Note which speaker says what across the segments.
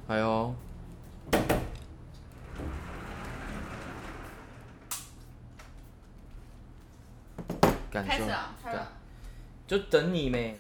Speaker 1: 哎呦，
Speaker 2: 开始了，开了，
Speaker 1: 就等你没。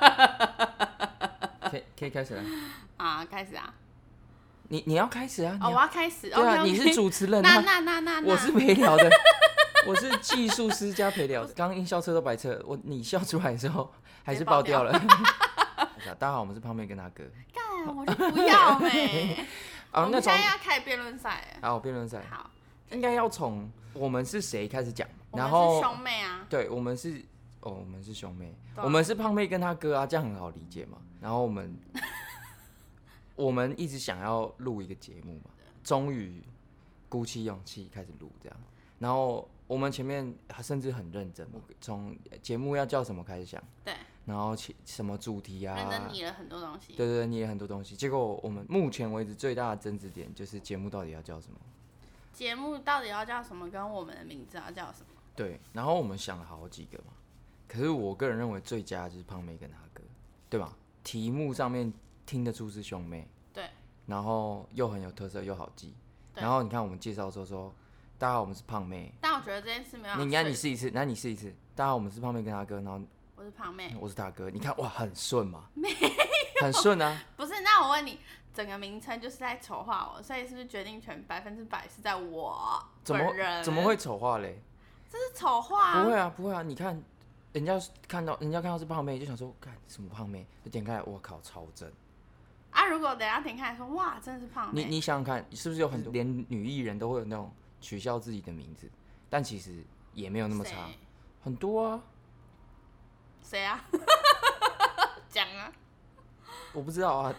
Speaker 1: 可以开始了
Speaker 2: 啊，开始啊！
Speaker 1: 你要开始啊！
Speaker 2: 哦，我要开始。
Speaker 1: 对啊，
Speaker 2: okay,
Speaker 1: 你是主持人啊。
Speaker 2: 那，
Speaker 1: 我是陪聊的，我是技术师加陪聊的。刚刚音效车都白测，你笑出来的时候还是爆掉了。大家好，我们是胖妹跟他哥。
Speaker 2: 干，我就不要没。我们现在要开辩论赛。
Speaker 1: 好，辩论赛。
Speaker 2: 好，
Speaker 1: 应该要从我们是谁开始讲，然
Speaker 2: 后我
Speaker 1: 们
Speaker 2: 是兄妹啊。
Speaker 1: 对，我们是我们是兄妹，
Speaker 2: 啊、
Speaker 1: 我们是胖妹跟他哥啊，这样很好理解嘛。然后我们一直想要录一个节目嘛，终于鼓起勇气开始录这样。然后我们前面甚至很认真，从节目要叫什么开始想，
Speaker 2: 对，
Speaker 1: 然后什么主题啊，
Speaker 2: 认真拟了很多东西，
Speaker 1: 对，拟了很多东西。结果我们目前为止最大的争执点就是节目到底要叫什么，
Speaker 2: 节目到底要叫什么，跟我们的名字要叫什么。
Speaker 1: 对，然后我们想了好几个嘛，可是我个人认为最佳的就是胖妹跟他哥，对吧？题目上面听得出是兄妹，
Speaker 2: 对，
Speaker 1: 然后又很有特色又好记，然后你看我们介绍说大家好，我们是胖妹。
Speaker 2: 但我觉得这件事没有。
Speaker 1: 你看，你试一次，那你试一次。大家好，我们是胖妹跟他哥，然后
Speaker 2: 我是胖妹，
Speaker 1: 我是他哥。你看，哇，很顺嘛，很顺啊。
Speaker 2: 不是，那我问你，整个名称就是在丑化我，所以是不是决定权100%是在我本人？
Speaker 1: 怎么会丑化嘞？
Speaker 2: 这是丑化啊！
Speaker 1: 不会啊！你看，人家看到是胖妹，就想说，干什么胖妹？就点开来，我靠，超正
Speaker 2: 啊！如果等一下点开来说，哇，真的是胖妹。
Speaker 1: 你想想看，是不是有很多连女艺人都会有那种取笑自己的名字，但其实也没有那么差，很多啊。
Speaker 2: 谁啊？讲啊！
Speaker 1: 我不知道啊。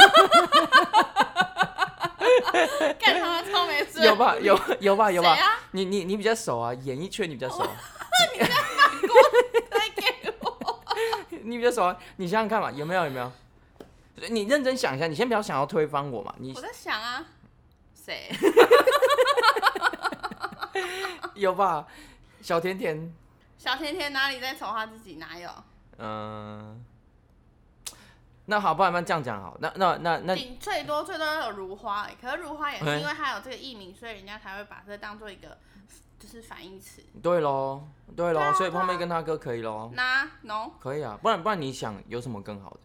Speaker 2: 干他妈超没水！
Speaker 1: 有吧？
Speaker 2: 谁啊？
Speaker 1: 你比较熟啊，演艺圈你比较熟。
Speaker 2: 你在反过来给我。
Speaker 1: 你比较熟啊，你想想看嘛，有没有？你认真想一下，你先不要想要推翻我嘛。
Speaker 2: 我在想啊，谁？
Speaker 1: 有吧？小甜甜。
Speaker 2: 小甜甜哪里在丑化自己？哪有？
Speaker 1: 那好，不然这样讲好。那
Speaker 2: 最多有如花，可是如花也是因为它有这个艺名，所以人家才会把这当做一个就是反义词。
Speaker 1: 对咯，所以胖妹跟他哥可以咯。
Speaker 2: 那 no
Speaker 1: 可以啊，不然你想有什么更好的？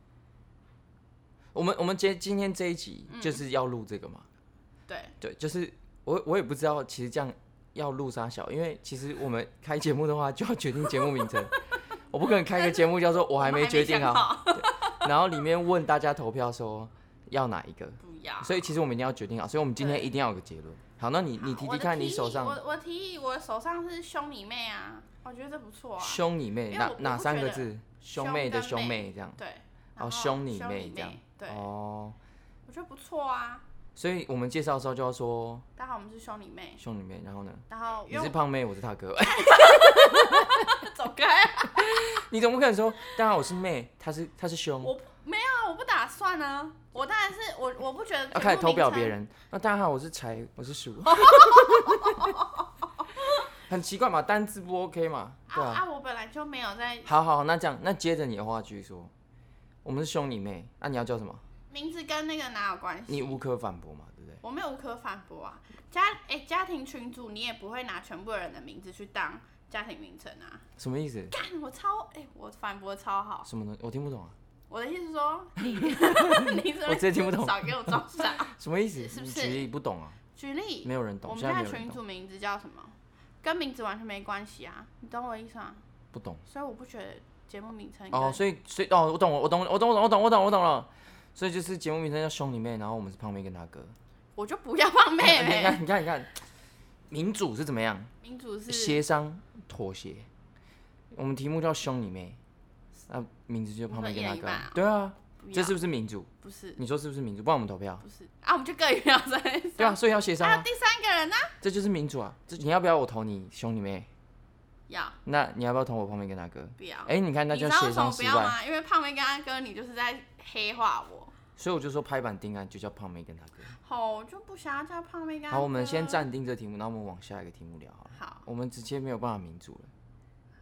Speaker 1: 我们今天这一集就是要录这个嘛。对，就是我也不知道，其实这样要录啥小，因为其实我们开节目的话就要决定节目名称，我不可能开个节目叫做我还没决定好。然后里面问大家投票说要哪一个，
Speaker 2: 不要，
Speaker 1: 所以其实我们一定要决定好，所以我们今天一定要有个结论。好，那你提看你手上，
Speaker 2: 我提议我手上是兄你妹啊，我觉得这不错啊。
Speaker 1: 兄你妹哪3个字？兄妹的兄妹这样。
Speaker 2: 对，
Speaker 1: 然后兄你妹这样。
Speaker 2: 对，
Speaker 1: 哦，
Speaker 2: 我觉得不错啊。
Speaker 1: 所以我们介绍的时候就要说，
Speaker 2: 大家好，我们是兄你妹。
Speaker 1: 兄你妹，然后呢？
Speaker 2: 然后
Speaker 1: 你是胖妹，我是他哥。
Speaker 2: 走开啊！
Speaker 1: 你怎么可能说？大家好，我是妹，他是兄。
Speaker 2: 我没有啊，我不打算啊。我当然是我不觉得
Speaker 1: 要开始偷表别人。那大家好，我是柴，我是鼠。很奇怪嘛，单字不 OK 嘛？对啊。
Speaker 2: 我本来就没有在。
Speaker 1: 好，那这样，那接着你的话继续说，我们是兄你妹，那你要叫什么？
Speaker 2: 名字跟那个哪有关系？
Speaker 1: 你无可反驳嘛，对不对？
Speaker 2: 我没有无可反驳啊。家庭群组你也不会拿全部人的名字去当家庭名称啊。
Speaker 1: 什么意思？
Speaker 2: 干，我反驳超好。
Speaker 1: 什么呢？我听不懂啊。
Speaker 2: 我的意思是说，你
Speaker 1: 我直接听不懂，
Speaker 2: 少给我装傻。
Speaker 1: 什么意思？
Speaker 2: 是不是？
Speaker 1: 举例不懂啊。
Speaker 2: 举例，
Speaker 1: 没有人懂。
Speaker 2: 我们家群组名字叫什么？跟名字完全没关系啊，你懂我意思吗？
Speaker 1: 不懂。
Speaker 2: 所以我不觉得节目名称。
Speaker 1: 所以我懂了。所以就是节目名称叫兄你妹，然后我们是胖妹跟他哥。
Speaker 2: 我就不要胖妹。
Speaker 1: 你看，民主是怎么样？
Speaker 2: 民主是
Speaker 1: 协商妥协。我们题目叫兄你妹，那名字就胖妹跟他哥。对啊，这是不是民主？
Speaker 2: 不是。
Speaker 1: 你说是不是民主？不然我们投票。
Speaker 2: 不是啊，我们就各一票在。
Speaker 1: 对啊，所以要协商。
Speaker 2: 还有第3个人呢？
Speaker 1: 这就是民主啊！你要不要我投你兄你妹？
Speaker 2: 要。
Speaker 1: 那你要不要投我胖妹跟他哥？
Speaker 2: 不要。
Speaker 1: 你看那就协商失败。
Speaker 2: 你知道为什么不要吗？因为胖妹跟他哥，你就是在黑化我。
Speaker 1: 所以我就说拍板定案就叫胖妹跟他哥。
Speaker 2: 好，我就不想要叫胖妹跟他哥。
Speaker 1: 好，我们先暂定这题目，然后我们往下一个题目聊好了。
Speaker 2: 好。
Speaker 1: 我们直接没有办法民主了。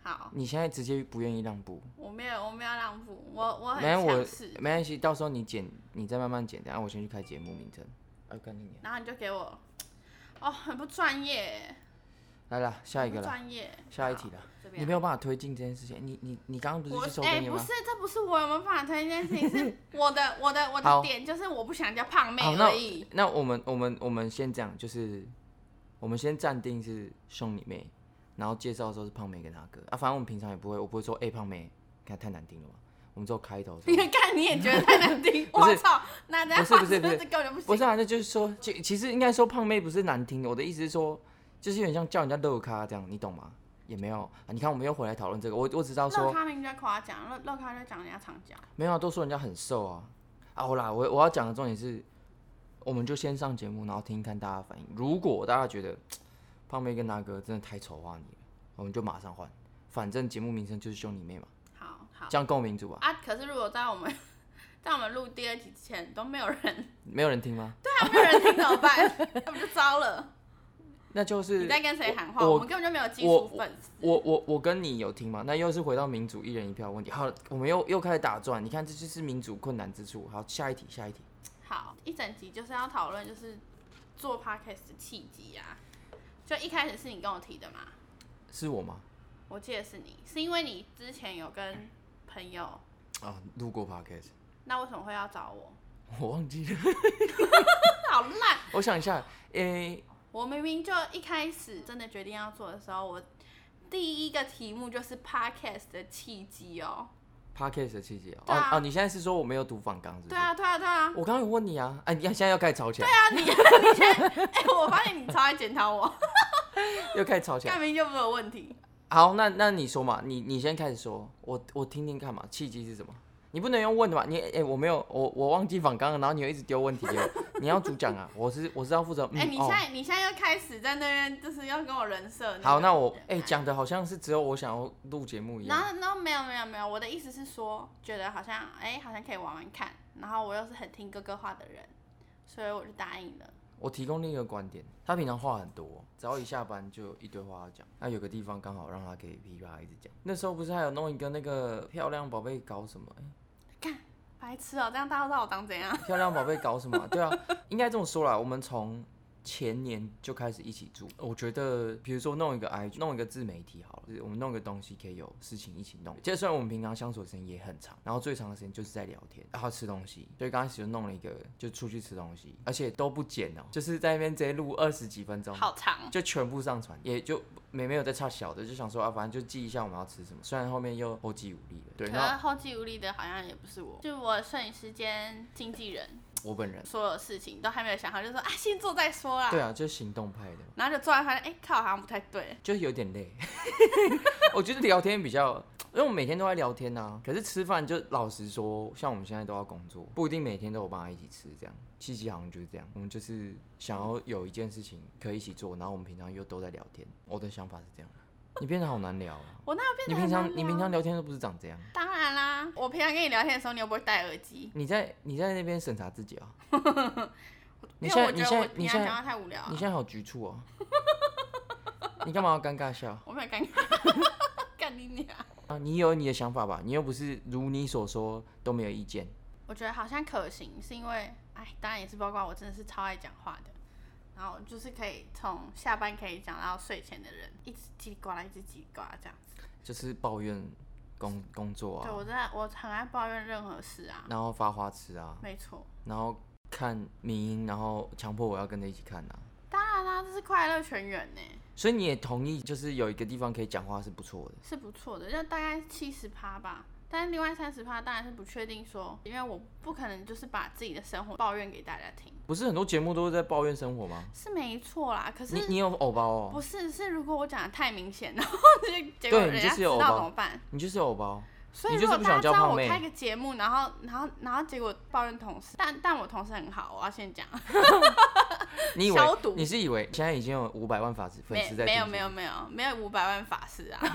Speaker 2: 好，
Speaker 1: 你现在直接不愿意让步？
Speaker 2: 我没有让步，我很强势。
Speaker 1: 没关系，到时候你再慢慢剪，等下我先去开节目名称。
Speaker 2: 然后你就给我，很不专业。
Speaker 1: 来啦，下一个啦，
Speaker 2: 专业，
Speaker 1: 下一题啦。你没有办法推进这件事情，你刚刚不是去收更音吗？
Speaker 2: 不是，这不是我有没有办法推进这件事情，是我的点就是我不想叫胖妹而已。
Speaker 1: 那我们先这样，就是我们先暂定是兄弟妹，然后介绍的时候是胖妹跟他哥啊。反正我们平常也不会，我不会说胖妹，看太难听了嘛。我们只有开头。
Speaker 2: 你看你也觉得太难听，我操！那这样
Speaker 1: 不是，
Speaker 2: 这根本就不行。
Speaker 1: 不是啊，那就是说，其实应该说胖妹不是难听的，我的意思是说，就是有点像叫人家肉咖这样，你懂吗？也没有啊，你看我们又回来讨论这个，我只知道说，
Speaker 2: 肉咖人家夸奖，肉咖就讲人家长脚，
Speaker 1: 没有啊，都说人家很瘦啊。好啦，我要讲的重点是，我们就先上节目，然后听听看大家反应。如果大家觉得胖妹跟大哥真的太丑化你了，我们就马上换，反正节目名称就是兄弟妹嘛。
Speaker 2: 好，
Speaker 1: 这样够民主吧？
Speaker 2: 可是如果在我们录第2集之前都没有人
Speaker 1: 听吗？
Speaker 2: 对啊，没有人听怎么办？那不就糟了？
Speaker 1: 那就是
Speaker 2: 你在跟谁喊话？我们根本就没有基础粉丝。
Speaker 1: 我跟你有听吗？那又是回到民主一人一票的问题。好，我们又开始打转。你看，这就是民主困难之处。好，下一题。
Speaker 2: 好，一整集就是要讨论就是做 podcast 的契机啊。就一开始是你跟我提的嘛？
Speaker 1: 是我吗？
Speaker 2: 我记得是你，是因为你之前有跟朋友
Speaker 1: 录过 podcast。
Speaker 2: 那为什么会要找我？
Speaker 1: 我忘记了。
Speaker 2: 好烂。
Speaker 1: 我想一下，
Speaker 2: 我明明就一开始真的决定要做的时候，我第一个题目就是 podcast 的契机哦。
Speaker 1: podcast 的契机哦。
Speaker 2: 啊，
Speaker 1: 你现在是说我没有读访纲是不是？
Speaker 2: 对啊。
Speaker 1: 我刚刚有问你啊，你现在要开始吵起来。
Speaker 2: 对啊，你现在，我发现你超爱检讨我。
Speaker 1: 又开始吵起来。
Speaker 2: 明明就没有问题。
Speaker 1: 好，那你说嘛，你先开始说，我听听看嘛，契机是什么？你不能用问的嘛？我没有，我忘记访纲了，然后你又一直丢问题给我，你要主讲啊，我是要负责。
Speaker 2: 你现在又开始在那边就是要跟我人设。
Speaker 1: 好，那我讲的好像是只有我想要录节目一样。
Speaker 2: 然后没有，我的意思是说，觉得好像可以玩玩看，然后我又是很听哥哥话的人，所以我就答应了。
Speaker 1: 我提供另一个观点，他平常话很多，只要一下班就有一堆话要讲。那有个地方刚好让他可以噼啪一直讲。那时候不是还有弄一个那个漂亮宝贝搞什么？
Speaker 2: 干白痴哦，这样大家知道我当怎样？
Speaker 1: 漂亮宝贝搞什么？对啊，应该这么说啦。我们从前年就开始一起做。我觉得，比如说弄一个 IG， 弄一个自媒体好了，就是我们弄个东西可以有事情一起弄。其实虽然我们平常相处的时间也很长，然后最长的时间就是在聊天，然后吃东西。所以刚开始就弄了一个，就出去吃东西，而且都不剪哦，就是在那边直接录20几分钟，
Speaker 2: 好长，
Speaker 1: 就全部上传，也就没有在差小的，就想说反正就记一下我们要吃什么。虽然后面又后继无力了，对。
Speaker 2: 可是后继无力的好像也不是我，就是我摄影师兼经纪人。
Speaker 1: 我本人
Speaker 2: 所有事情都还没有想好，就说先做再说啦。
Speaker 1: 对啊，就是行动派的。
Speaker 2: 然后就做完发现，靠，好像不太对，
Speaker 1: 就是有点累。我觉得聊天比较，因为我们每天都在聊天啊。可是吃饭就老实说，像我们现在都要工作，不一定每天都有办法一起吃这样。契机好像就是这样，我们就是想要有一件事情可以一起做，然后我们平常又都在聊天。我的想法是这样。你变得好难聊啊！
Speaker 2: 我哪有变得很难聊？
Speaker 1: 你平常聊天都不是长这样。
Speaker 2: 当然啦，我平常跟你聊天的时候，你又不会戴耳机。
Speaker 1: 你在那边审查自己啊？
Speaker 2: 你现在讲话太无聊。
Speaker 1: 你现在好局促哦。你干嘛要尴尬笑？
Speaker 2: 我没有尴尬，干你娘！
Speaker 1: 你有你的想法吧？你又不是如你所说都没有意见。
Speaker 2: 我觉得好像可行，是因为当然也是包括我真的是超爱讲话的。然后就是可以从下班可以讲到睡前的人，一直叽里呱啦，一直叽里呱啦这样子。
Speaker 1: 就是抱怨工作啊。
Speaker 2: 对，我很爱抱怨任何事啊。
Speaker 1: 然后发花痴啊。
Speaker 2: 没错。
Speaker 1: 然后看迷因，然后强迫我要跟着一起看啊。
Speaker 2: 当然啦，这是快乐全员呢。
Speaker 1: 所以你也同意，就是有一个地方可以讲话是不错的。
Speaker 2: 是不错的，就大概70%吧。但是另外30%当然是不确定说，因为我不可能就是把自己的生活抱怨给大家听。
Speaker 1: 不是很多节目都是在抱怨生活吗？
Speaker 2: 是没错啦，可是
Speaker 1: 你有偶包哦。
Speaker 2: 不是，是如果我讲的太明显，然后结果人家知道怎么办？
Speaker 1: 你就是有偶包。
Speaker 2: 所以如果大家知道我开个节目，然后结果抱怨同事，但我同事很好，我要先讲。
Speaker 1: 你以为
Speaker 2: 消毒？
Speaker 1: 你是以为现在已经有500万粉丝在？
Speaker 2: 没有500万法师啊！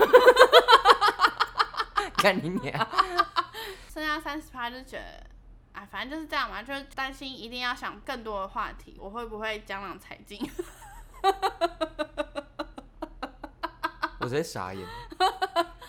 Speaker 1: 看你娘！
Speaker 2: 剩下30%就觉得，反正就是这样嘛，就是担心一定要想更多的话题，我会不会江郎才尽？
Speaker 1: 我直接傻眼。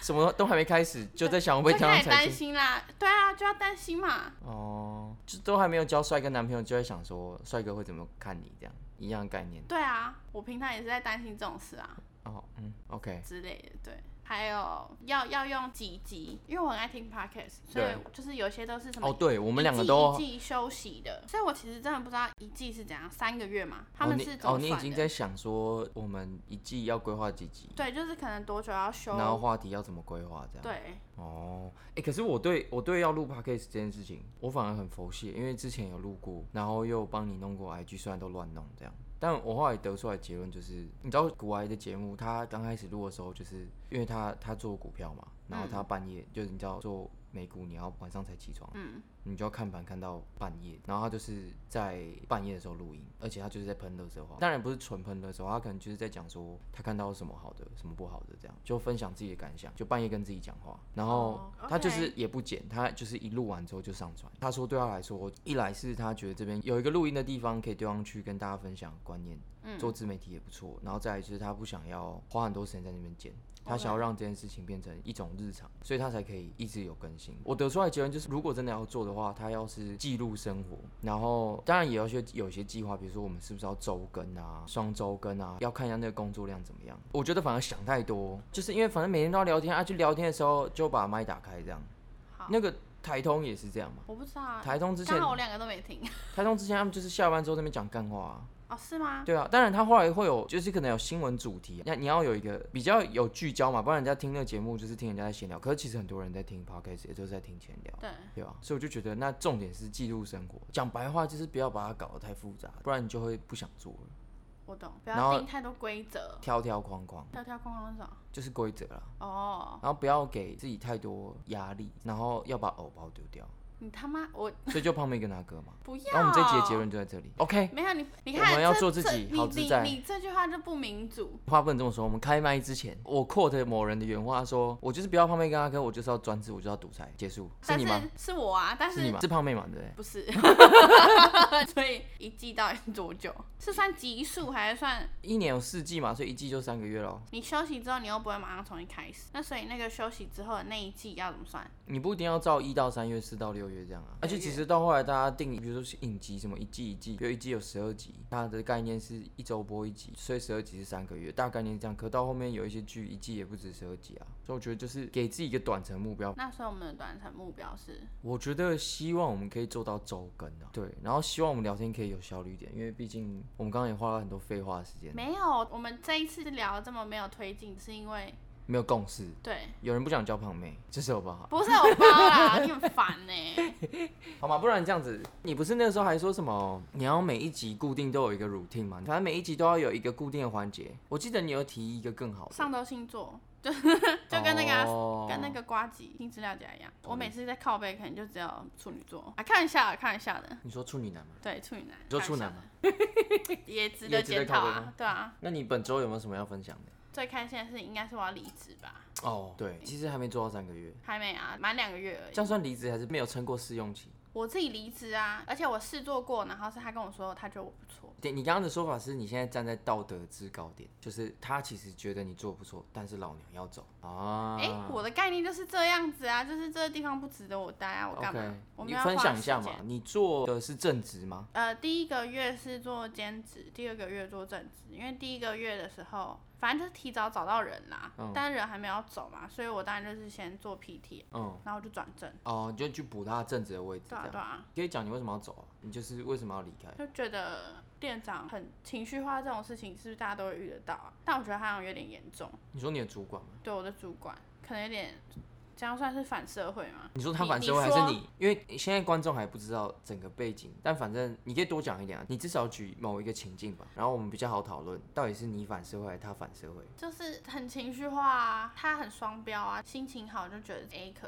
Speaker 1: 什么都还没开始，就在想会不会跳上
Speaker 2: 就开始担心啦。对啊，就要担心嘛。
Speaker 1: 哦，就都还没有交帅哥男朋友，就在想说帅哥会怎么看你，这样一样的概念。
Speaker 2: 对啊，我平常也是在担心这种事啊。
Speaker 1: 哦，OK
Speaker 2: 之类的，对。还有要用几集，因为我很爱听 podcast， 所以就是有些都是什么
Speaker 1: 对，我们两个都
Speaker 2: 一季休息的，所以我其实真的不知道一季是怎样，3个月嘛，他们是怎么算的？
Speaker 1: 你已经在想说我们一季要规划几集？
Speaker 2: 对，就是可能多久要休，
Speaker 1: 然后话题要怎么规划这样？
Speaker 2: 对。
Speaker 1: 可是我对要录 podcast 这件事情，我反而很佛系，因为之前有录过，然后又帮你弄过 IG， 虽然都乱弄这样。但我后来得出来的结论就是，你知道股癌的节目，他刚开始录的时候，就是因为他做股票嘛，然后他半夜就是你知道做美股，你要晚上才起床，你就要看盘看到半夜，然后他就是在半夜的时候录音，而且他就是在喷垃圾话，当然不是纯喷垃圾话，他可能就是在讲说他看到什么好的，什么不好的，这样就分享自己的感想，就半夜跟自己讲话，然后他就是也不剪，他就是一录完之后就上传。他说对他来说，一来是他觉得这边有一个录音的地方可以丢上去跟大家分享观念，做自媒体也不错，然后再来就是他不想要花很多时间在那边剪。他想要让这件事情变成一种日常，所以他才可以一直有更新。我得出来的结论就是，如果真的要做的话，他要是记录生活，然后当然也要有一些计划，比如说我们是不是要周更啊、双周更啊，要看一下那个工作量怎么样。我觉得反而想太多，就是因为反正每天都要聊天啊，去聊天的时候就把麦打开这样。那个台通也是这样嘛？
Speaker 2: 我不知道啊。
Speaker 1: 台通之前
Speaker 2: 刚好我2个都没听。
Speaker 1: 台通之前他们就是下班之后在那边讲干话啊。
Speaker 2: 是吗？
Speaker 1: 对啊，当然他后来会有，就是可能有新闻主题，你要有一个比较有聚焦嘛，不然人家听那个节目就是听人家在闲聊。可是其实很多人在听 podcast， 也就是在听闲聊，对吧？所以我就觉得，那重点是记录生活。讲白话就是不要把它搞得太复杂，不然你就会不想做了。
Speaker 2: 我懂，不要定太多规则，
Speaker 1: 条条框框。
Speaker 2: 条条框框是什么？
Speaker 1: 就是规则啦。然后不要给自己太多压力，然后要把偶包丢掉。
Speaker 2: 你他妈我，
Speaker 1: 所以就胖妹跟他哥嘛。
Speaker 2: 不要。
Speaker 1: 然后我们这集的结论就在这里。OK。
Speaker 2: 没有你看，
Speaker 1: 我们要做自己，好自在。
Speaker 2: 你这句话就不民主。
Speaker 1: 话不能这么说。我们开麦之前，我 quote 某人的原话说：“我就是不要胖妹跟他哥，我就是要专制，我就要独裁。”结束。是你吗？
Speaker 2: 是我啊，但是
Speaker 1: 是你吗？是胖妹嘛？对不对？
Speaker 2: 不是。所以一季到底是多久？是算集数还是算
Speaker 1: ？1年有4季嘛，所以1季就3个月咯。
Speaker 2: 你休息之后，你又不会马上重新开始，那所以那个休息之后的那一季要怎么算？
Speaker 1: 你不一定要照1到3月、4到6月这样啊。而且其实到后来大家定，比如说影集什么一季，比如一季有12集，它的概念是1周播1集，所以12集是3个月，大概念是这样。可到后面有一些剧一季也不止12集啊，所以我觉得就是给自己一个短程目标。
Speaker 2: 那所以我们的短程目标是？
Speaker 1: 我觉得希望我们可以做到周更啊，对，然后希望我们聊天可以有效率一点，因为毕竟我们刚刚也花了很多废话的时间。
Speaker 2: 没有，我们这一次聊这么没有推进，是因为
Speaker 1: 没有共识。
Speaker 2: 对，
Speaker 1: 有人不想交胖妹，这是我包好。
Speaker 2: 不是我包啦，你很烦欸。
Speaker 1: 好嘛，不然这样子，你不是那个时候还说什么你要每一集固定都有一个 routine 吗？反正每一集都要有一个固定的环节。我记得你有提一个更好的
Speaker 2: 上周星座。就跟那个呱吉新资料夹一样，我每次在靠背可能就只有处女座啊，开玩笑的。
Speaker 1: 你说处女男吗？
Speaker 2: 对，处女男。
Speaker 1: 你说处男吗？
Speaker 2: 也值得检讨啊，对啊。
Speaker 1: 那你本周有没有什么要分享的？
Speaker 2: 最开心的事应该是我要离职吧。
Speaker 1: 对，其实还没做到3个月。
Speaker 2: 还没啊，满2个月而已。
Speaker 1: 这样算离职还是没有撑过试用期？
Speaker 2: 我自己离职啊，而且我试做过，然后是他跟我说他觉得我不错。
Speaker 1: 对，你刚刚的说法是你现在站在道德制高点，就是他其实觉得你做不错，但是老娘要走啊。
Speaker 2: 我的概念就是这样子啊，就是这个地方不值得我待啊，我干嘛？
Speaker 1: Okay,
Speaker 2: 我们要
Speaker 1: 你分享一下嘛，你做的是正职吗？
Speaker 2: 第1个月是做兼职，第2个月做正职，因为第1个月的时候。反正就是提早找到人啦，但是人还没有走嘛，所以我当然就是先做 PT，然后就转正。
Speaker 1: 你就去补他正职的位置。
Speaker 2: 对啊。
Speaker 1: 可以讲你为什么要走啊？你就是为什么要离开？
Speaker 2: 就觉得店长很情绪化，这种事情是不是大家都会遇得到啊？但我觉得他好像有点严重。
Speaker 1: 你说你的主管吗？
Speaker 2: 对，我的主管可能有点。这样算是反社会吗？
Speaker 1: 你说他反社会还是你？因为现在观众还不知道整个背景，但反正你可以多讲一点啊，你至少举某一个情境吧，然后我们比较好讨论，到底是你反社会还是他反社会？
Speaker 2: 就是很情绪化啊，他很双标啊，心情好就觉得 A 可以，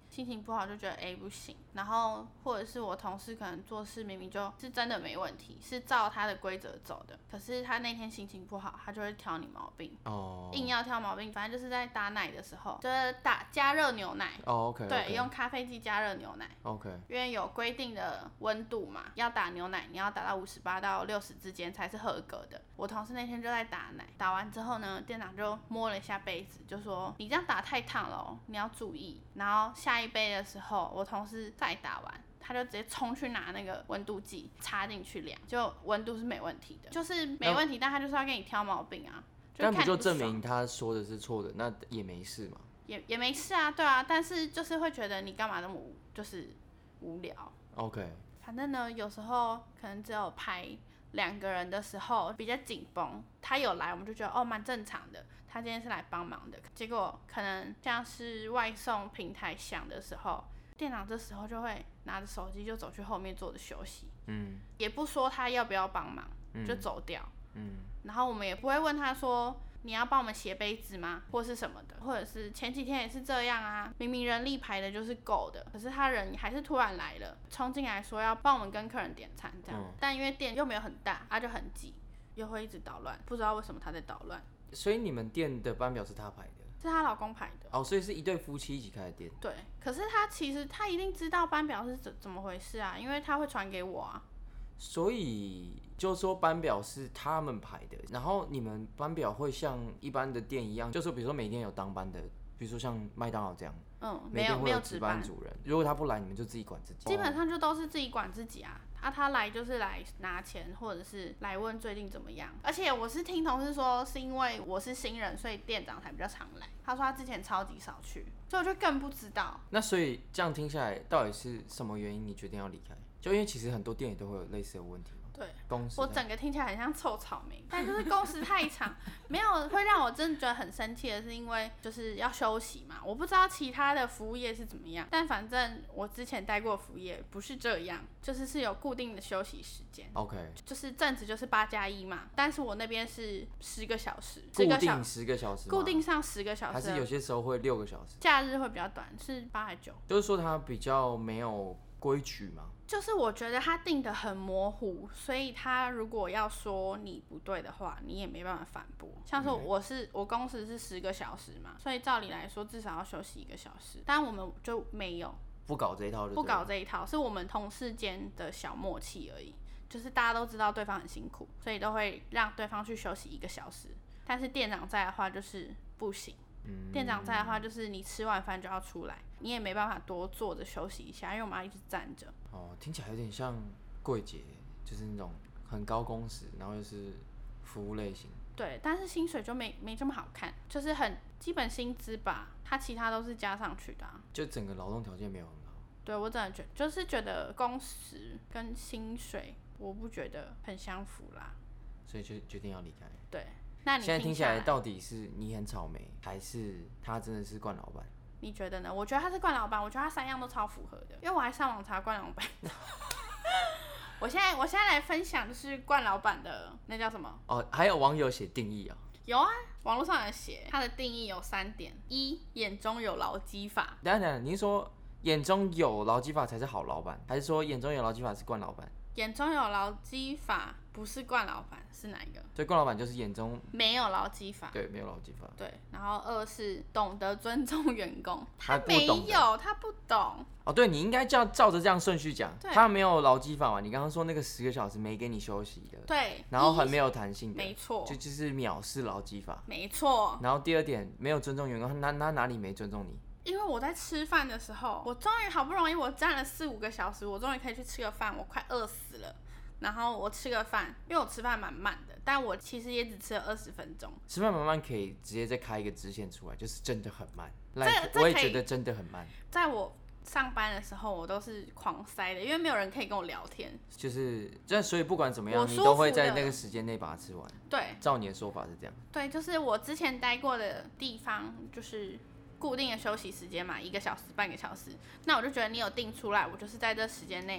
Speaker 2: 心情不好就觉得不行，然后或者是我同事可能做事明明就是真的没问题，是照他的规则走的，可是他那天心情不好，他就会挑你毛病，硬要挑毛病，反正就是在打奶的时候，就是加热牛奶
Speaker 1: ，OK，
Speaker 2: 对，用咖啡机加热牛奶
Speaker 1: ，OK，
Speaker 2: 因为有规定的温度嘛，要打牛奶你要打到58到60之间才是合格的。我同事那天就在打奶，打完之后呢，店长就摸了一下杯子，就说你这样打太烫了哦，你要注意。然后下一杯的时候，我同事再打完，他就直接冲去拿那个温度计插进去量，就温度是没问题的，就是没问题，但他就是要给你挑毛病啊。
Speaker 1: 但不就证明他说的是错的，那也没事嘛？
Speaker 2: 也没事啊，对啊，但是就是会觉得你干嘛那么就是无聊。
Speaker 1: OK，
Speaker 2: 反正呢，有时候可能只有排2个人的时候比较紧绷，他有来我们就觉得哦蛮正常的，他今天是来帮忙的。结果可能像是外送平台响的时候，店长这时候就会拿着手机就走去后面坐着休息，也不说他要不要帮忙，就走掉，然后我们也不会问他说你要帮我们写杯子吗或是什么的，或者是前几天也是这样啊，明明人力排的就是够的，可是他人还是突然来了，冲进来说要帮我们跟客人点餐这样，但因为店又没有很大，他就很急，又会一直捣乱，不知道为什么他在捣乱。
Speaker 1: 所以你们店的班表是他排的？
Speaker 2: 是她老公排的
Speaker 1: 哦，所以是一对夫妻一起开的店。
Speaker 2: 对，可是其实他一定知道班表是怎么回事啊，因为他会传给我啊。
Speaker 1: 所以就是说班表是他们排的，然后你们班表会像一般的店一样，就是比如说每天有当班的，比如说像麦当劳这样，每天会有值班主任，如果他不来，你们就自己管自己。
Speaker 2: 基本上就都是自己管自己啊。他来就是来拿钱，或者是来问最近怎么样。而且我是听同事说，是因为我是新人，所以店长才比较常来。他说他之前超级少去，所以我就更不知道。
Speaker 1: 那所以这样听下来，到底是什么原因你决定要离开？就因为其实很多店也都会有类似的问题。
Speaker 2: 对，
Speaker 1: 公司
Speaker 2: 我整个听起来很像臭草莓，但就是工时太长，没有会让我真的觉得很生气的是，因为就是要休息嘛。我不知道其他的服务业是怎么样，但反正我之前待过服务业不是这样，就是有固定的休息时间。
Speaker 1: OK，
Speaker 2: 就是正职就是8+1嘛，但是我那边是10个小时，
Speaker 1: 固定10个小时，
Speaker 2: 固定上10个小时，
Speaker 1: 还是有些时候会6个小时，
Speaker 2: 假日会比较短，是8还是9？
Speaker 1: 就是说它比较没有规矩嘛。
Speaker 2: 就是我觉得他定得很模糊，所以他如果要说你不对的话，你也没办法反驳。像说我工时是10个小时嘛，所以照理来说至少要休息1个小时，但我们就没有，
Speaker 1: 不搞这一套，
Speaker 2: 不搞这一套，是我们同事间的小默契而已。就是大家都知道对方很辛苦，所以都会让对方去休息1个小时。但是店长在的话就是不行。店长在的话，就是你吃完饭就要出来，你也没办法多坐着休息一下，因为我们要一直站着。
Speaker 1: 哦，听起来有点像柜姐，就是那种很高工时，然后又是服务类型。
Speaker 2: 对，但是薪水就没这么好看，就是很基本薪资吧，它其他都是加上去的啊。
Speaker 1: 就整个劳动条件没有很好。
Speaker 2: 对，我真的就是觉得工时跟薪水，我不觉得很相符啦，
Speaker 1: 所以就决定要离开。
Speaker 2: 对。那你
Speaker 1: 现在听起来到底是你很草莓，还是他真的是惯老板？
Speaker 2: 你觉得呢？我觉得他是惯老板，我觉得他3样都超符合的，因为我还上网查惯老板。我现在来分享就是惯老板的那叫什么？
Speaker 1: 哦，还有网友写定义啊？
Speaker 2: 有啊，网络上有写，他的定义有3点：一，眼中有劳基法。
Speaker 1: 等等，你是说眼中有劳基法才是好老板，还是说眼中有劳基法是惯老板？
Speaker 2: 眼中有劳基法不是惯老板，是哪一个？
Speaker 1: 所以惯老板就是眼中
Speaker 2: 没有劳基法。
Speaker 1: 对，没有劳基法。
Speaker 2: 对，然后2是懂得尊重员工，
Speaker 1: 他
Speaker 2: 没有，他不懂。
Speaker 1: 哦，对，你应该照着这样顺序讲。他没有劳基法嘛？你刚刚说那个10个小时没给你休息的，
Speaker 2: 对，
Speaker 1: 然后很没有弹性的，
Speaker 2: 没错，
Speaker 1: 就是藐视劳基法，
Speaker 2: 没错。
Speaker 1: 然后第2点没有尊重员工，他哪里没尊重你？
Speaker 2: 因为我在吃饭的时候，我终于好不容易我站了4-5个小时，我终于可以去吃个饭，我快饿死了。然后我吃个饭，因为我吃饭蛮慢的，但我其实也只吃了20分钟。
Speaker 1: 吃饭慢慢可以直接再开一个支线出来，就是真的很慢。我也觉得真的很慢。
Speaker 2: 在我上班的时候，我都是狂塞的，因为没有人可以跟我聊天。
Speaker 1: 所以不管怎么样，你都会在那个时间内把它吃完。
Speaker 2: 对，
Speaker 1: 照你的说法是这样。
Speaker 2: 对，就是我之前待过的地方，就是固定的休息时间嘛，1个小时、半个小时。那我就觉得你有定出来，我就是在这时间内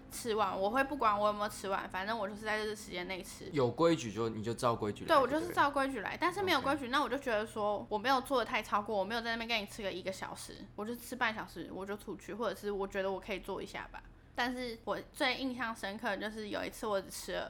Speaker 2: 吃完，我会不管我有没有吃完，反正我就是在这个时间内吃。
Speaker 1: 有规矩你就照规矩来。
Speaker 2: 对，我就是照规矩来，但是没有规矩，那我就觉得说我没有做的太超过，我没有在那边跟你吃个1个小时，我就吃半小时我就出去，或者是我觉得我可以做一下吧。但是我最印象深刻的就是有一次我只吃了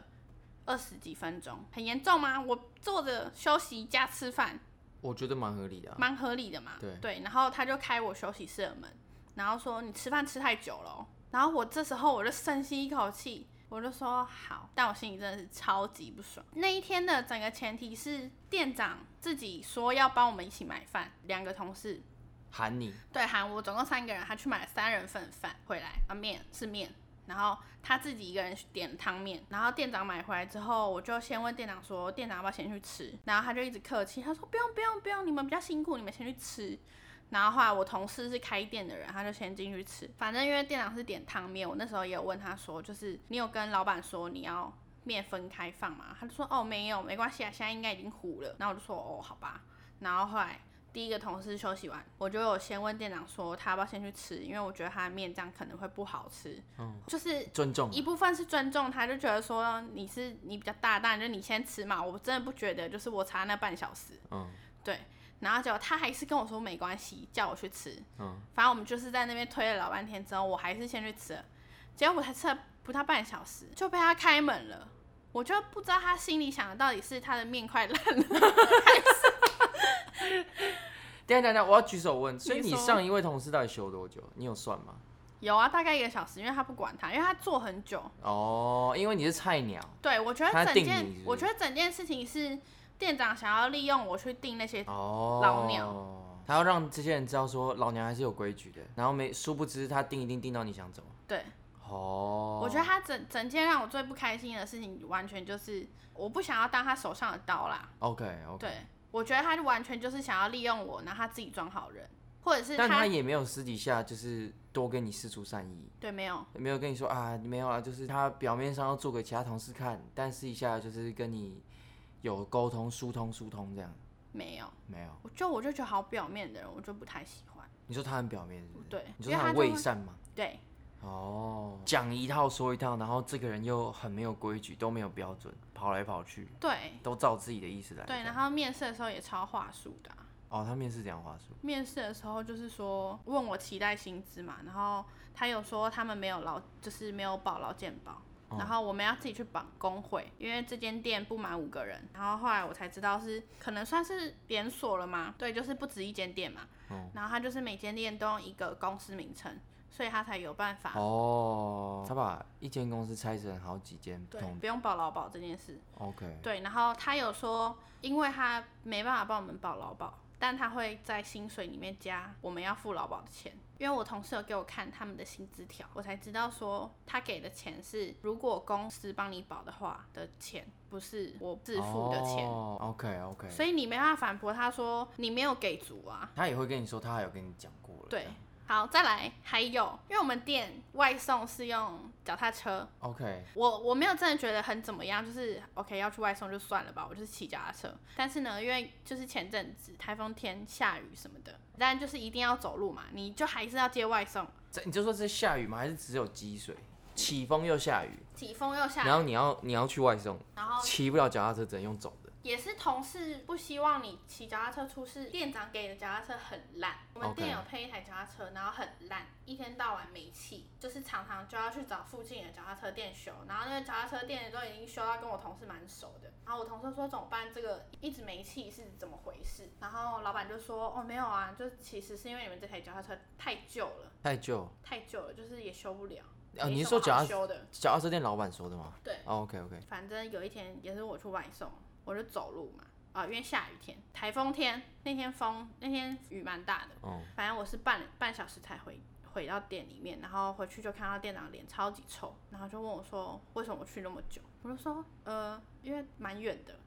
Speaker 2: 20几分钟，很严重吗？我坐着休息加吃饭，
Speaker 1: 我觉得蛮合理的，
Speaker 2: 蛮合理的嘛。对，然后他就开我休息室的门，然后说你吃饭吃太久了。然后我这时候我就深吸一口气，我就说好，但我心里真的是超级不爽。那一天的整个前提是店长自己说要帮我们一起买饭，2个同事
Speaker 1: 喊你，
Speaker 2: 对，喊我，总共3个人，他去买了3人份饭回来啊，面是面，然后他自己一个人点汤面，然后店长买回来之后，我就先问店长说，店长要不要先去吃？然后他就一直客气，他说不用，你们比较辛苦，你们先去吃。然后后来我同事是开店的人，他就先进去吃。反正因为店长是点汤面，我那时候也有问他说，就是你有跟老板说你要面分开放吗？他就说哦没有，没关系啊，现在应该已经糊了。然后我就说哦好吧。然后后来第一个同事休息完，我就有先问店长说他要不要先去吃，因为我觉得他的面这样可能会不好吃。就是
Speaker 1: 尊重，
Speaker 2: 一部分是尊重他，就觉得说你比较大胆，就你先吃嘛，我真的不觉得就是我差那半小时。对。然后结果他还是跟我说没关系，叫我去吃。反正我们就是在那边推了老半天之后，我还是先去吃了。结果我才吃了不到半小时，就被他开门了。我就不知道他心里想的到底是他的面快烂了，还是……
Speaker 1: 等一下，我要举手问，所以你上一位同事到底休多久？你有算吗？
Speaker 2: 有啊，大概1个小时，因为他不管他，因为他做很久。
Speaker 1: 哦，因为你是菜鸟。
Speaker 2: 对，我觉得整件事情是。店长想要利用我去订那些老鸟，
Speaker 1: 他要让这些人知道说老娘还是有规矩的，然后殊不知他订一定订到你想走。
Speaker 2: 对，我觉得他整件让我最不开心的事情，完全就是我不想要当他手上的刀啦。
Speaker 1: OK，
Speaker 2: 对，我觉得他完全就是想要利用我，然后他自己装好人，或者是
Speaker 1: 但他也没有私底下就是多跟你释出善意。
Speaker 2: 对，没有
Speaker 1: 跟你说啊，没有啊，就是他表面上要做给其他同事看，但私底下就是跟你。有沟通疏通这样，没有，我就觉得好表面的人，我就不太喜欢。你说他很表面是不是？对，你说他很伪善吗？对。讲一套说一套，然后这个人又很没有规矩，都没有标准，跑来跑去，对，都照自己的意思来。对，然后面试的时候也超话术的。他面试怎样话术？面试的时候就是说问我期待薪资嘛，然后他有说他们没有就是没有保劳健保。然后我们要自己去绑工会，因为这间店不满5个人。然后后来我才知道是可能算是连锁了嘛，对，就是不止一间店嘛。然后他就是每间店都用一个公司名称，所以他才有办法。他把一间公司拆成好几间不同，对，不用保劳保这件事。OK。对，然后他有说，因为他没办法帮我们保劳保，但他会在薪水里面加我们要付劳保的钱。因为我同事有给我看他们的薪资条，我才知道说他给的钱是如果公司帮你保的话的钱，不是我自付的钱。OK。所以你没办法反驳他说你没有给足啊。他也会跟你说他还有跟你讲过了。对。好，再来还有，因为我们店外送是用脚踏车。OK。我没有真的觉得很怎么样，就是 OK 要去外送就算了吧，我就是骑脚踏车。但是呢，因为就是前阵子台风天下雨什么的，但就是一定要走路嘛，你就还是要接外送。你就说是下雨吗？还是只有积水？起风又下雨。然后你要去外送，然后骑不了脚踏车，只能用走的。也是同事不希望你骑脚踏车出事，店长给的脚踏车很烂。我们店有配一台脚踏车，然后很烂，一天到晚没气，就是常常就要去找附近的脚踏车店修。然后那个脚踏车店都已经修到跟我同事蛮熟的。然后我同事说怎么办？这个一直没气是怎么回事？然后老板就说没有啊，就其实是因为你们这台脚踏车太旧了。太旧了，就是也修不了。你是说脚踏车店老板说的吗？对。OK。反正有一天也是我去外送。我就走路嘛，因为下雨天、台风天，那天雨蛮大的，反正我是半小时才回到店里面，然后回去就看到店长脸超级臭，然后就问我说为什么我去那么久，我就说因为蛮远的，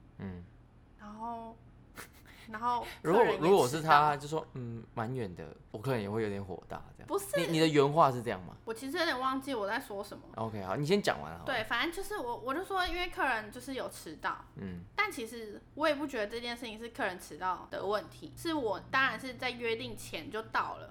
Speaker 1: 然后如果我是他，就说蛮远的，我可能也会有点火大这样。不是你的原话是这样吗？我其实有点忘记我在说什么。OK， 好，你先讲完好了。对，反正就是我就说，因为客人就是有迟到，但其实我也不觉得这件事情是客人迟到的问题，是我当然是在约定前就到了，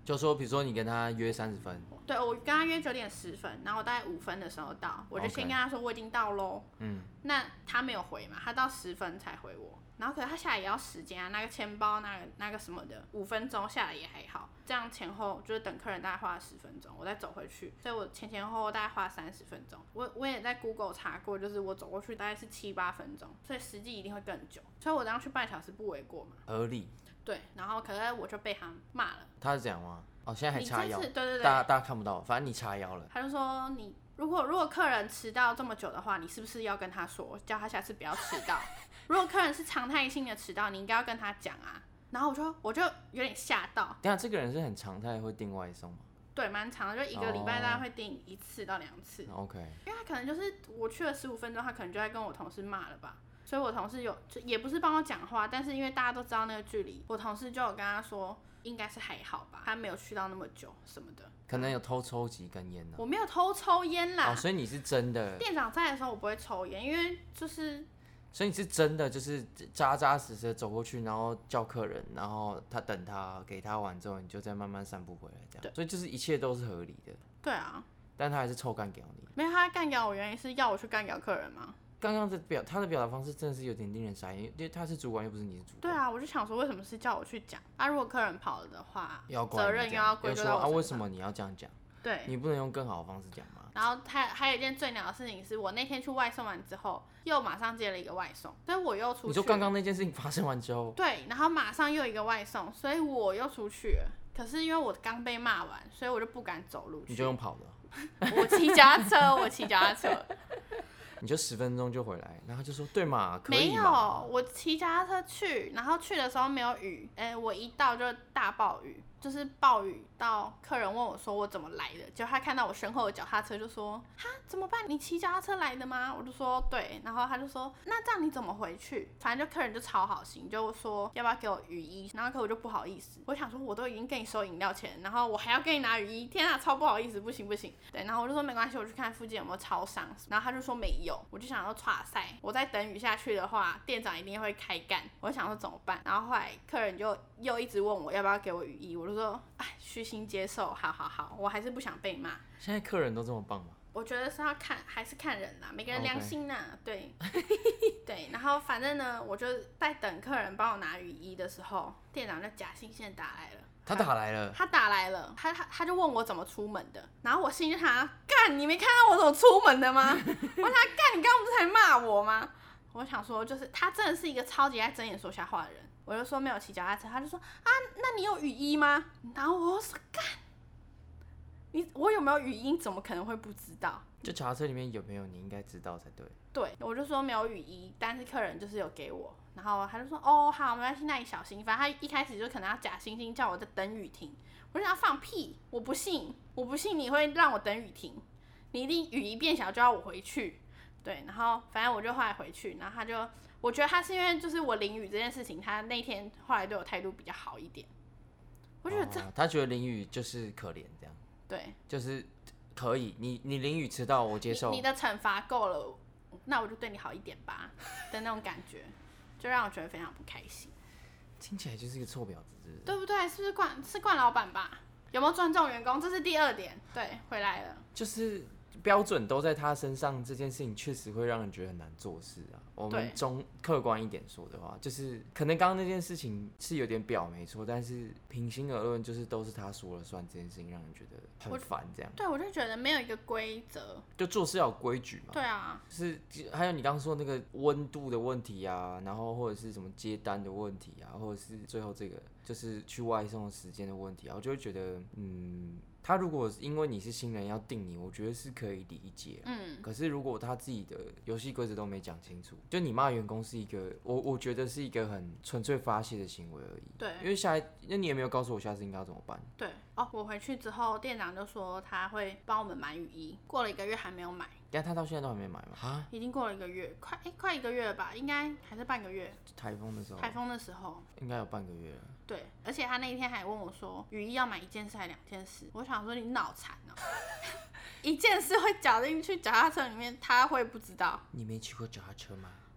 Speaker 1: 就说比如说你跟他约30分，
Speaker 2: 对，我跟他约9:10，然后我大概5分的时候到，我就先跟他说我已经到咯。那他没有回嘛，他到10分才回我。然后可是他下来也要时间啊，拿个钱包，拿个什么的，5分钟下来也还好。这样前后就是等客人大概花了10分钟，我再走回去，所以我前后大概花了30分钟。我也在 Google 查过，就是我走过去大概是7、8分钟，所以实际一定会更久。所以我这样去半小时不为过嘛。
Speaker 1: 合理。
Speaker 2: 对，然后可是我就被他骂了。
Speaker 1: 他是这样吗？哦，现在还叉腰。
Speaker 2: 对，
Speaker 1: 大家看不到，反正你叉腰了。
Speaker 2: 他就说你如果客人迟到这么久的话，你是不是要跟他说，叫他下次不要迟到？如果客人是常态性的迟到，你应该要跟他讲啊。然后我就有点吓到。
Speaker 1: 等一下这个人是很常态会订外送吗？
Speaker 2: 对，蛮长的，就一个礼拜大概会订1次到2次。
Speaker 1: OK。
Speaker 2: 因为他可能就是我去了15分钟，他可能就在跟我同事骂了吧。所以我同事也不是帮我讲话，但是因为大家都知道那个距离，我同事就有跟他说应该是还好吧，他没有去到那么久什么的。
Speaker 1: 可能有偷抽几根烟呢？
Speaker 2: 我没有偷抽烟啦。
Speaker 1: 所以你是真的。
Speaker 2: 店长在的时候我不会抽烟，因为就是。
Speaker 1: 所以你是真的就是扎扎实实的走过去，然后叫客人，然后他等他给他完之后，你就再慢慢散步回来这样。对，所以就是一切都是合理的。
Speaker 2: 对啊。
Speaker 1: 但他还是臭干屌你。
Speaker 2: 没有，他干屌我原因是要我去干屌客人吗？
Speaker 1: 刚刚他的表达方式真的是有点令人傻眼，因为他是主管又不是你是主管。
Speaker 2: 对啊，我就想说为什么是叫我去讲啊？如果客人跑了的话，责任又要归咎到我身上。
Speaker 1: 为什么你要这样讲？
Speaker 2: 对，
Speaker 1: 你不能用更好的方式讲吗？
Speaker 2: 然后还有一件最鸟的事情是，我那天去外送完之后，又马上接了一个外送，所以我又出去。
Speaker 1: 你说刚刚那件事情发生完之后？
Speaker 2: 对，然后马上又一个外送，所以我又出去了。可是因为我刚被骂完，所以我就不敢走路去。
Speaker 1: 你就用跑的？
Speaker 2: 我骑脚踏车，
Speaker 1: 你就10分钟就回来，然后就说对嘛，可以嘛。
Speaker 2: 没有，我骑脚踏车去，然后去的时候没有雨，我一到就大暴雨，就是暴雨到客人问我说我怎么来的，结果他看到我身后的脚踏车就说哈怎么办？你骑脚踏车来的吗？我就说对，然后他就说那这样你怎么回去？反正就客人就超好心，就说要不要给我雨衣，然后可我就不好意思，我想说我都已经跟你收饮料钱，然后我还要跟你拿雨衣，天啊，超不好意思，不行，对，然后我就说没关系，我去看附近有没有超商，然后他就说没有，我就想说剉赛，我再等雨下去的话，店长一定会开干，我就想说怎么办？然后后来客人就又一直问我要不要给我雨衣，我就说哎，虚心接受，好，我还是不想被骂。
Speaker 1: 现在客人都这么棒吗？
Speaker 2: 我觉得是要还是看人啦，每个人良心啦，对，对。然后反正呢，我就在等客人帮我拿雨衣的时候，店长就假惺惺打来了。
Speaker 1: 他打来了，
Speaker 2: 他就问我怎么出门的，然后我心里就想，干，你没看到我怎么出门的吗？我想干，你刚刚不是才骂我吗？我想说，就是他真的是一个超级爱睁眼说瞎话的人。我就说没有骑脚踏车，他就说啊，那你有雨衣吗？然后我说干，我有没有雨衣？怎么可能会不知道？
Speaker 1: 就脚踏车里面有没有，你应该知道才对。
Speaker 2: 对，我就说没有雨衣，但是客人就是有给我，然后他就说哦好，没关系，那你小心。反正他一开始就可能要假惺惺叫我在等雨停，我就想要放屁，我不信你会让我等雨停，你一定雨一变小就要我回去。对，然后反正我就后来回去，然后他就。我觉得他是因为就是我淋雨这件事情，他那天后来对我态度比较好一点。我觉得
Speaker 1: 他觉得淋雨就是可怜这样。
Speaker 2: 对，
Speaker 1: 就是可以，你淋雨迟到我接受。
Speaker 2: 你的惩罚够了，那我就对你好一点吧的那种感觉，就让我觉得非常不开心。
Speaker 1: 听起来就是一个臭婊子，
Speaker 2: 对不对？是不是惯老板吧？有没有尊重员工？这是第2点。对，回来了。
Speaker 1: 就是标准都在他身上，这件事情确实会让人觉得很难做事啊。我们客观一点说的话，就是可能刚刚那件事情是有点表没错，但是平心而论，就是都是他说了算，这件事情让人觉得很烦。这样，
Speaker 2: 对，我就觉得没有一个规则，
Speaker 1: 就做事要有规矩嘛。
Speaker 2: 对啊，
Speaker 1: 就是还有你刚刚说那个温度的问题啊，然后或者是什么接单的问题啊，或者是最后这个就是去外送的时间的问题啊，我就会觉得他如果因为你是新人要定你，我觉得是可以理解。可是如果他自己的游戏规则都没讲清楚，就你骂员工是一个，我觉得是一个很纯粹发泄的行为而已。
Speaker 2: 对，
Speaker 1: 因为那你也没有告诉我下次应该要怎么办。
Speaker 2: 对，我回去之后，店长就说他会帮我们买雨衣，过了1个月还没有买。
Speaker 1: 但他到现在都还没买吗？
Speaker 2: 已经过了1个月，快1个月了吧？应该还是半个月。
Speaker 1: 台风的时候应该有半个月了。
Speaker 2: 对，而且他那一天还问我说，雨衣要买1件事还是2件事？我想说你脑残哦，1件事会搅进去脚踏车里面，他会不知道？
Speaker 1: 你没骑过脚踏车吗？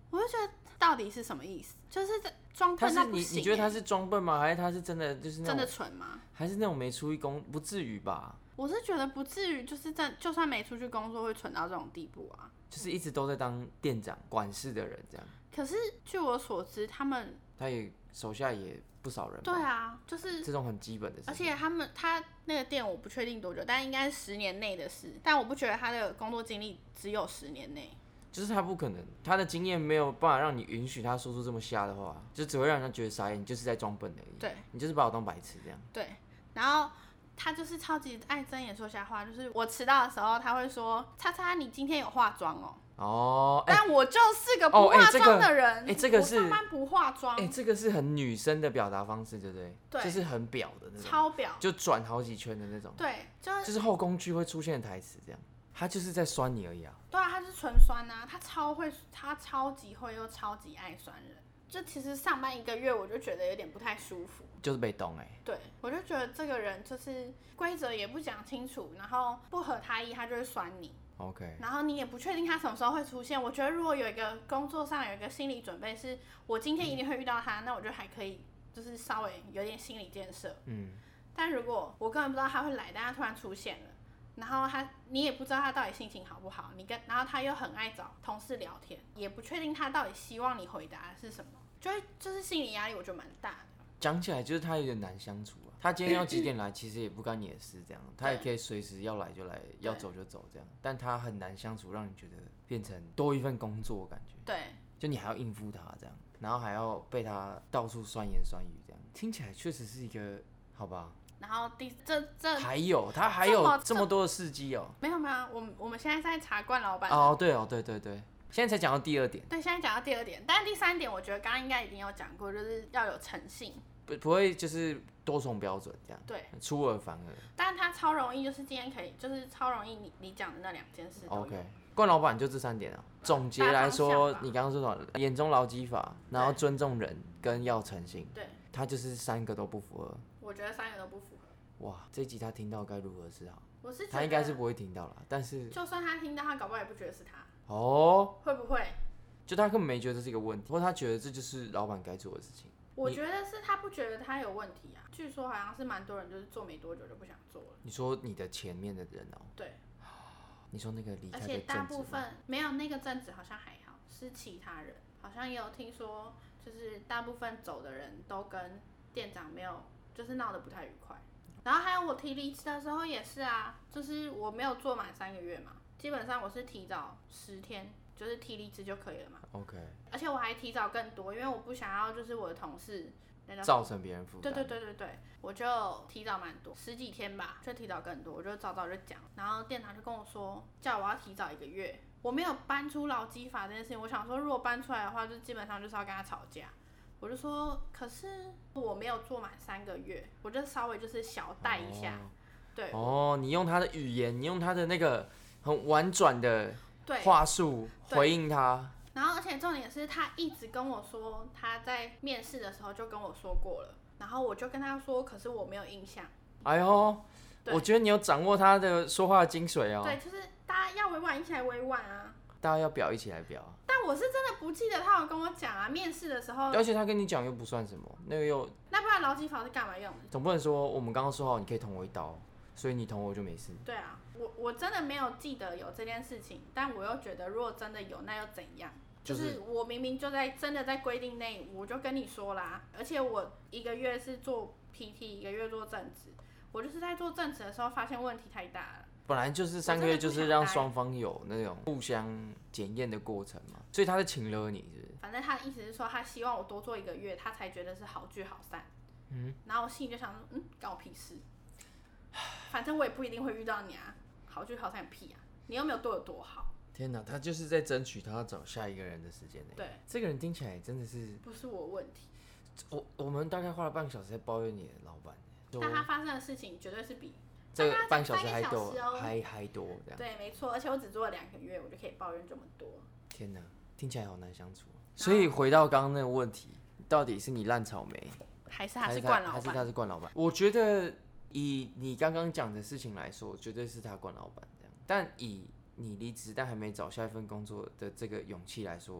Speaker 2: 我就觉得到底是什么意思？就是在装笨到不行。
Speaker 1: 你觉得他是装笨吗？还是他是真的就是那种
Speaker 2: 真的蠢吗？
Speaker 1: 还是那种没出去工？不至于吧？
Speaker 2: 我是觉得不至于，就是就算没出去工作，会蠢到这种地步啊。
Speaker 1: 就是一直都在当店长、管事的人这样。
Speaker 2: 可是据我所知，
Speaker 1: 他也手下也不少人。
Speaker 2: 对啊，就是
Speaker 1: 这种很基本的事情。
Speaker 2: 而且他那个店我不确定多久，但应该是10年内的事。但我不觉得他的工作经历只有10年内。
Speaker 1: 就是他不可能，他的经验没有办法让你允许他说出这么瞎的话，就只会让人家觉得傻眼，你就是在装笨而已。
Speaker 2: 对，
Speaker 1: 你就是把我当白痴这样。
Speaker 2: 对，然后他就是超级爱睁眼说瞎话，就是我迟到的时候，他会说：“叉叉，你今天有化妆哦。”
Speaker 1: 哦，
Speaker 2: 但我就是个不化妆的人。
Speaker 1: 这个是
Speaker 2: 我上班不化妆。
Speaker 1: 这个是很女生的表达方式，对不对？
Speaker 2: 对，
Speaker 1: 就是很表的那种，
Speaker 2: 超表，
Speaker 1: 就转好几圈的那种。
Speaker 2: 对，
Speaker 1: 就是后宫剧会出现的台词这样。他就是在酸你而已啊。
Speaker 2: 对啊，他是纯酸啊，他超级会又超级爱酸人。就其实上班1个月，我就觉得有点不太舒服。
Speaker 1: 就是被动
Speaker 2: 对，我就觉得这个人就是规则也不讲清楚，然后不合他意，他就会酸你。
Speaker 1: OK。
Speaker 2: 然后你也不确定他什么时候会出现。我觉得如果有一个工作上有一个心理准备，是我今天一定会遇到他，那我就还可以，就是稍微有点心理建设。但如果我根本不知道他会来，但他突然出现了。然后你也不知道他到底心情好不好，然后他又很爱找同事聊天，也不确定他到底希望你回答的是什么，就是心理压力，我觉得蛮大的。
Speaker 1: 讲起来就是他有点难相处啊。他今天要几点来，其实也不干你的事，这样他也可以随时要来就来，要走就走这样。但他很难相处，让你觉得变成多一份工作感觉。
Speaker 2: 对，
Speaker 1: 就你还要应付他这样，然后还要被他到处酸言酸语这样，听起来确实是一个好吧。
Speaker 2: 然后
Speaker 1: 他还有这么多的事迹哦。
Speaker 2: 没有，我们现在在查冠老板。
Speaker 1: 哦，对，现在才讲到第2点。
Speaker 2: 对，现在讲到第2点，但第3点我觉得刚刚应该已经有讲过，就是要有诚信，
Speaker 1: 不会就是多重标准这样。
Speaker 2: 对，
Speaker 1: 出尔反尔。
Speaker 2: 但他超容易，就是今天可以，就是超容易你讲的那2件事都有。
Speaker 1: OK， 冠老板就这3点啊。总结来说，你刚刚说什么？眼中劳基法，然后尊重人跟要诚信。
Speaker 2: 对，
Speaker 1: 他就是3个都不符合。
Speaker 2: 我觉得3个都不符合。
Speaker 1: 哇，这一集他听到该如何是好？
Speaker 2: 我是觉得
Speaker 1: 他应该是不会听到啦，但是
Speaker 2: 就算他听到，他搞不好也不觉得是他。
Speaker 1: 哦，
Speaker 2: 会不会？
Speaker 1: 就他根本没觉得这是一个问题，或他觉得这就是老板该做的事情。
Speaker 2: 我觉得是他不觉得他有问题啊。据说好像是蛮多人就是做没多久就不想做了。
Speaker 1: 你说你的前面的人哦？
Speaker 2: 对。
Speaker 1: 你说那个离开的正职吗？
Speaker 2: 而且大部分没有那个正职好像还好，是其他人好像也有听说，就是大部分走的人都跟店长没有，就是闹得不太愉快。然后还有我提离职的时候也是啊，就是我没有做满3个月嘛，基本上我是提早10天，就是提离职就可以了嘛。
Speaker 1: OK。
Speaker 2: 而且我还提早更多，因为我不想要就是我的同事
Speaker 1: 造成别人负担。
Speaker 2: 对，我就提早蛮多，10几天吧，就提早更多，我就早就讲。然后店长就跟我说，叫我要提早1个月。我没有搬出劳基法这件事情，我想说如果搬出来的话，就基本上就是要跟他吵架。我就说，可是我没有做满3个月，我就稍微就是小带一下。对。
Speaker 1: 你用他的语言，你用他的那个很婉转的话术回应他。
Speaker 2: 然后而且重点是他一直跟我说，他在面试的时候就跟我说过了，然后我就跟他说，可是我没有印象。
Speaker 1: 哎呦，我觉得你有掌握他的说话的精髓哦。
Speaker 2: 对，就是大家要委婉一起来委婉啊，
Speaker 1: 大家要表一起来表。
Speaker 2: 但我是真的不记得他有跟我讲啊，面试的时候。
Speaker 1: 而且他跟你讲又不算什么，
Speaker 2: 那不然劳基法是干嘛用的？
Speaker 1: 总不能说我们刚刚说好你可以捅我一刀，所以你捅我就没事。
Speaker 2: 对啊，我真的没有记得有这件事情，但我又觉得如果真的有，那又怎样？就是我明明就真的在规定内，我就跟你说啦。而且我1个月是做 PT，1个月做正职，我就是在做正职的时候发现问题太大了。
Speaker 1: 本来就是3个月，就是让双方有那种互相检验的过程嘛，所以他在请了你是不是？
Speaker 2: 反正他的意思是说，他希望我多做1个月，他才觉得是好聚好散。然后我心里就想说，干我屁事，反正我也不一定会遇到你啊，好聚好散个屁啊，你又没有对我多好。
Speaker 1: 天哪，他就是在争取他要找下一个人的时间内。
Speaker 2: 对，
Speaker 1: 这个人听起来真的是
Speaker 2: 不是我问题。
Speaker 1: 我们大概花了半个小时在抱怨你的老板，
Speaker 2: 但他发生的事情绝对是比
Speaker 1: 这个半小时还多，还多这样。
Speaker 2: 对，没错，而且我只做了2个月，我就可以抱怨这么多。
Speaker 1: 天哪，听起来好难相处。所以回到刚刚那个问题，到底是你烂草莓，
Speaker 2: 还是他是惯老板？
Speaker 1: 还是他是惯老板？我觉得以你刚刚讲的事情来说，绝对是他惯老板这样。但以你离职但还没找下一份工作的这个勇气来说，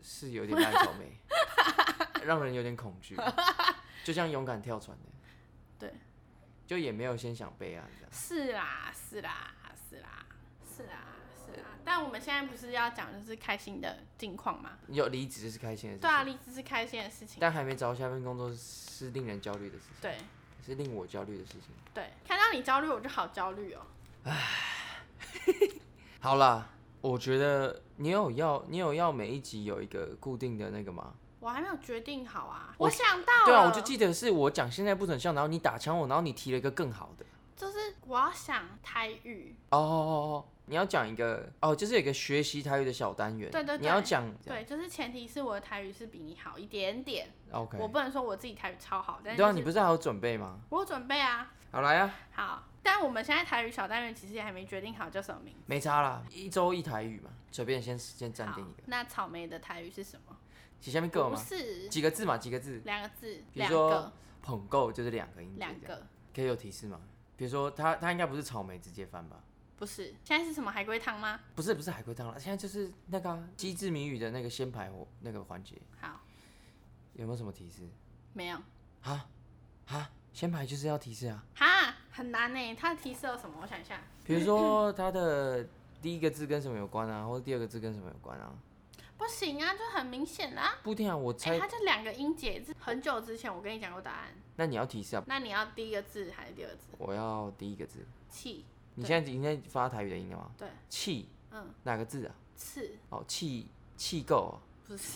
Speaker 1: 是有点烂草莓，让人有点恐惧，就像勇敢跳船的，
Speaker 2: 对，
Speaker 1: 就也没有先想备案这样。
Speaker 2: 是啦，但我们现在不是要讲就是开心的近况吗？
Speaker 1: 有离职是开心的事情，
Speaker 2: 对啊，离职是开心的事情，
Speaker 1: 但还没找下份工作是令人焦虑的事情，
Speaker 2: 对，
Speaker 1: 是令我焦虑的事情。
Speaker 2: 对，看到你焦虑我就好焦虑哦。
Speaker 1: 好啦，我觉得你有要每一集有一个固定的那个吗？
Speaker 2: 我还没有决定好啊，我想到了。
Speaker 1: 对啊，我就记得是我讲现在不准笑，然后你打枪我，然后你提了一个更好的，
Speaker 2: 就是我要想台语。
Speaker 1: 哦，你要讲一个就是有一个学习台语的小单元。
Speaker 2: 对，
Speaker 1: 你要讲。
Speaker 2: 对，就是前提是我的台语是比你好一点点。
Speaker 1: OK。
Speaker 2: 我不能说我自己台语超好，但是、
Speaker 1: 对啊，你不是还有准备吗？
Speaker 2: 我有准备啊。
Speaker 1: 好，来啊。
Speaker 2: 好，但我们现在台语小单元其实也还没决定好叫什么名字。
Speaker 1: 没差啦，1周1台语嘛，随便先暂定一个。
Speaker 2: 那草莓的台语是什么？
Speaker 1: 写下面个吗？
Speaker 2: 不是。几
Speaker 1: 个字嘛？几个字
Speaker 2: ？2个字。
Speaker 1: 比如说捧够就是2个音节。
Speaker 2: 2个。
Speaker 1: 可以有提示吗？比如说它应该不是草莓直接翻吧？
Speaker 2: 不是，现在是什么海龟汤吗？
Speaker 1: 不是海龟汤了，现在就是那个机智谜语的那个先排那个环节。
Speaker 2: 好，
Speaker 1: 有没有什么提示？
Speaker 2: 没有。
Speaker 1: 先排就是要提示啊。
Speaker 2: 很难呢。它的提示有什么？我想一下。
Speaker 1: 比如说它的第一个字跟什么有关啊，或者第2个字跟什么有关啊？
Speaker 2: 不行啊，就很明显啦。
Speaker 1: 不一定啊，我猜。
Speaker 2: 它就2个音节，很久之前我跟你讲过答案。
Speaker 1: 那你要提示啊？
Speaker 2: 那你要第一个字还是第2个字？
Speaker 1: 我要第一个字。
Speaker 2: 气。
Speaker 1: 你现在发台语的音了吗？
Speaker 2: 对。
Speaker 1: 气。哪个字啊？
Speaker 2: 刺。
Speaker 1: 气够。
Speaker 2: 不是。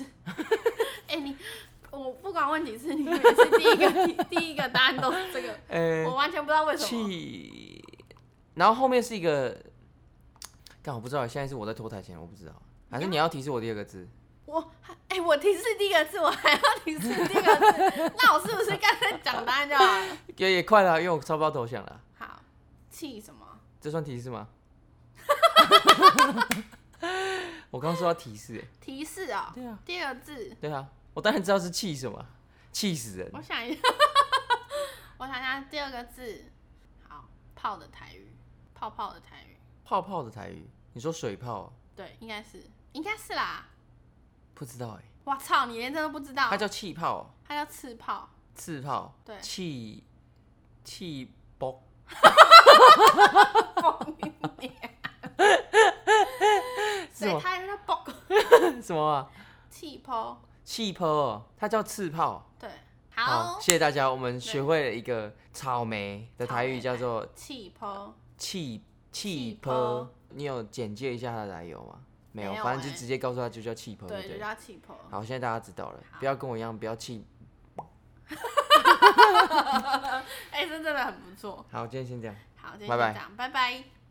Speaker 2: 我不管问几次，你每次第一个答案都是这个，我完全不知道为什么。
Speaker 1: 气，然后后面是一个，但我不知道，现在是我在拖台前，我不知道，还是你要提示我第2个字？
Speaker 2: 我提示第一个字，我还要提示第2个字，那我是不是干脆讲答案就好了？
Speaker 1: 也快了，因为我超不到头想了。
Speaker 2: 好，气什么？
Speaker 1: 这算提示吗？我刚说要提示。
Speaker 2: 提示哦。
Speaker 1: 对啊。
Speaker 2: 第2个字。
Speaker 1: 对啊，我当然知道是气什么，气死人。
Speaker 2: 我想一下，我想一下第2个字。好，泡的台语，泡泡的台语。
Speaker 1: 泡泡的台语，你说水泡？
Speaker 2: 对，应该是啦。
Speaker 1: 不知道
Speaker 2: 哇操，你连这都不知道？
Speaker 1: 它叫气泡。
Speaker 2: 它叫刺泡。
Speaker 1: 刺泡。对。气爆。
Speaker 2: 对，它叫爆。
Speaker 1: 什么啊？气泡，它叫刺泡。
Speaker 2: 对。
Speaker 1: 好，谢谢大家，我们学会了一个草莓的台语叫做
Speaker 2: 气泡。
Speaker 1: 气泡，你有简介一下它的来由吗？没有，反正就直接告诉他就叫气泡。
Speaker 2: 对，就叫气泡。
Speaker 1: 好，现在大家知道了，不要跟我一样，不要气。
Speaker 2: 这真的很不错。
Speaker 1: 好，今天先这样。
Speaker 2: 好，今天先这样，拜拜。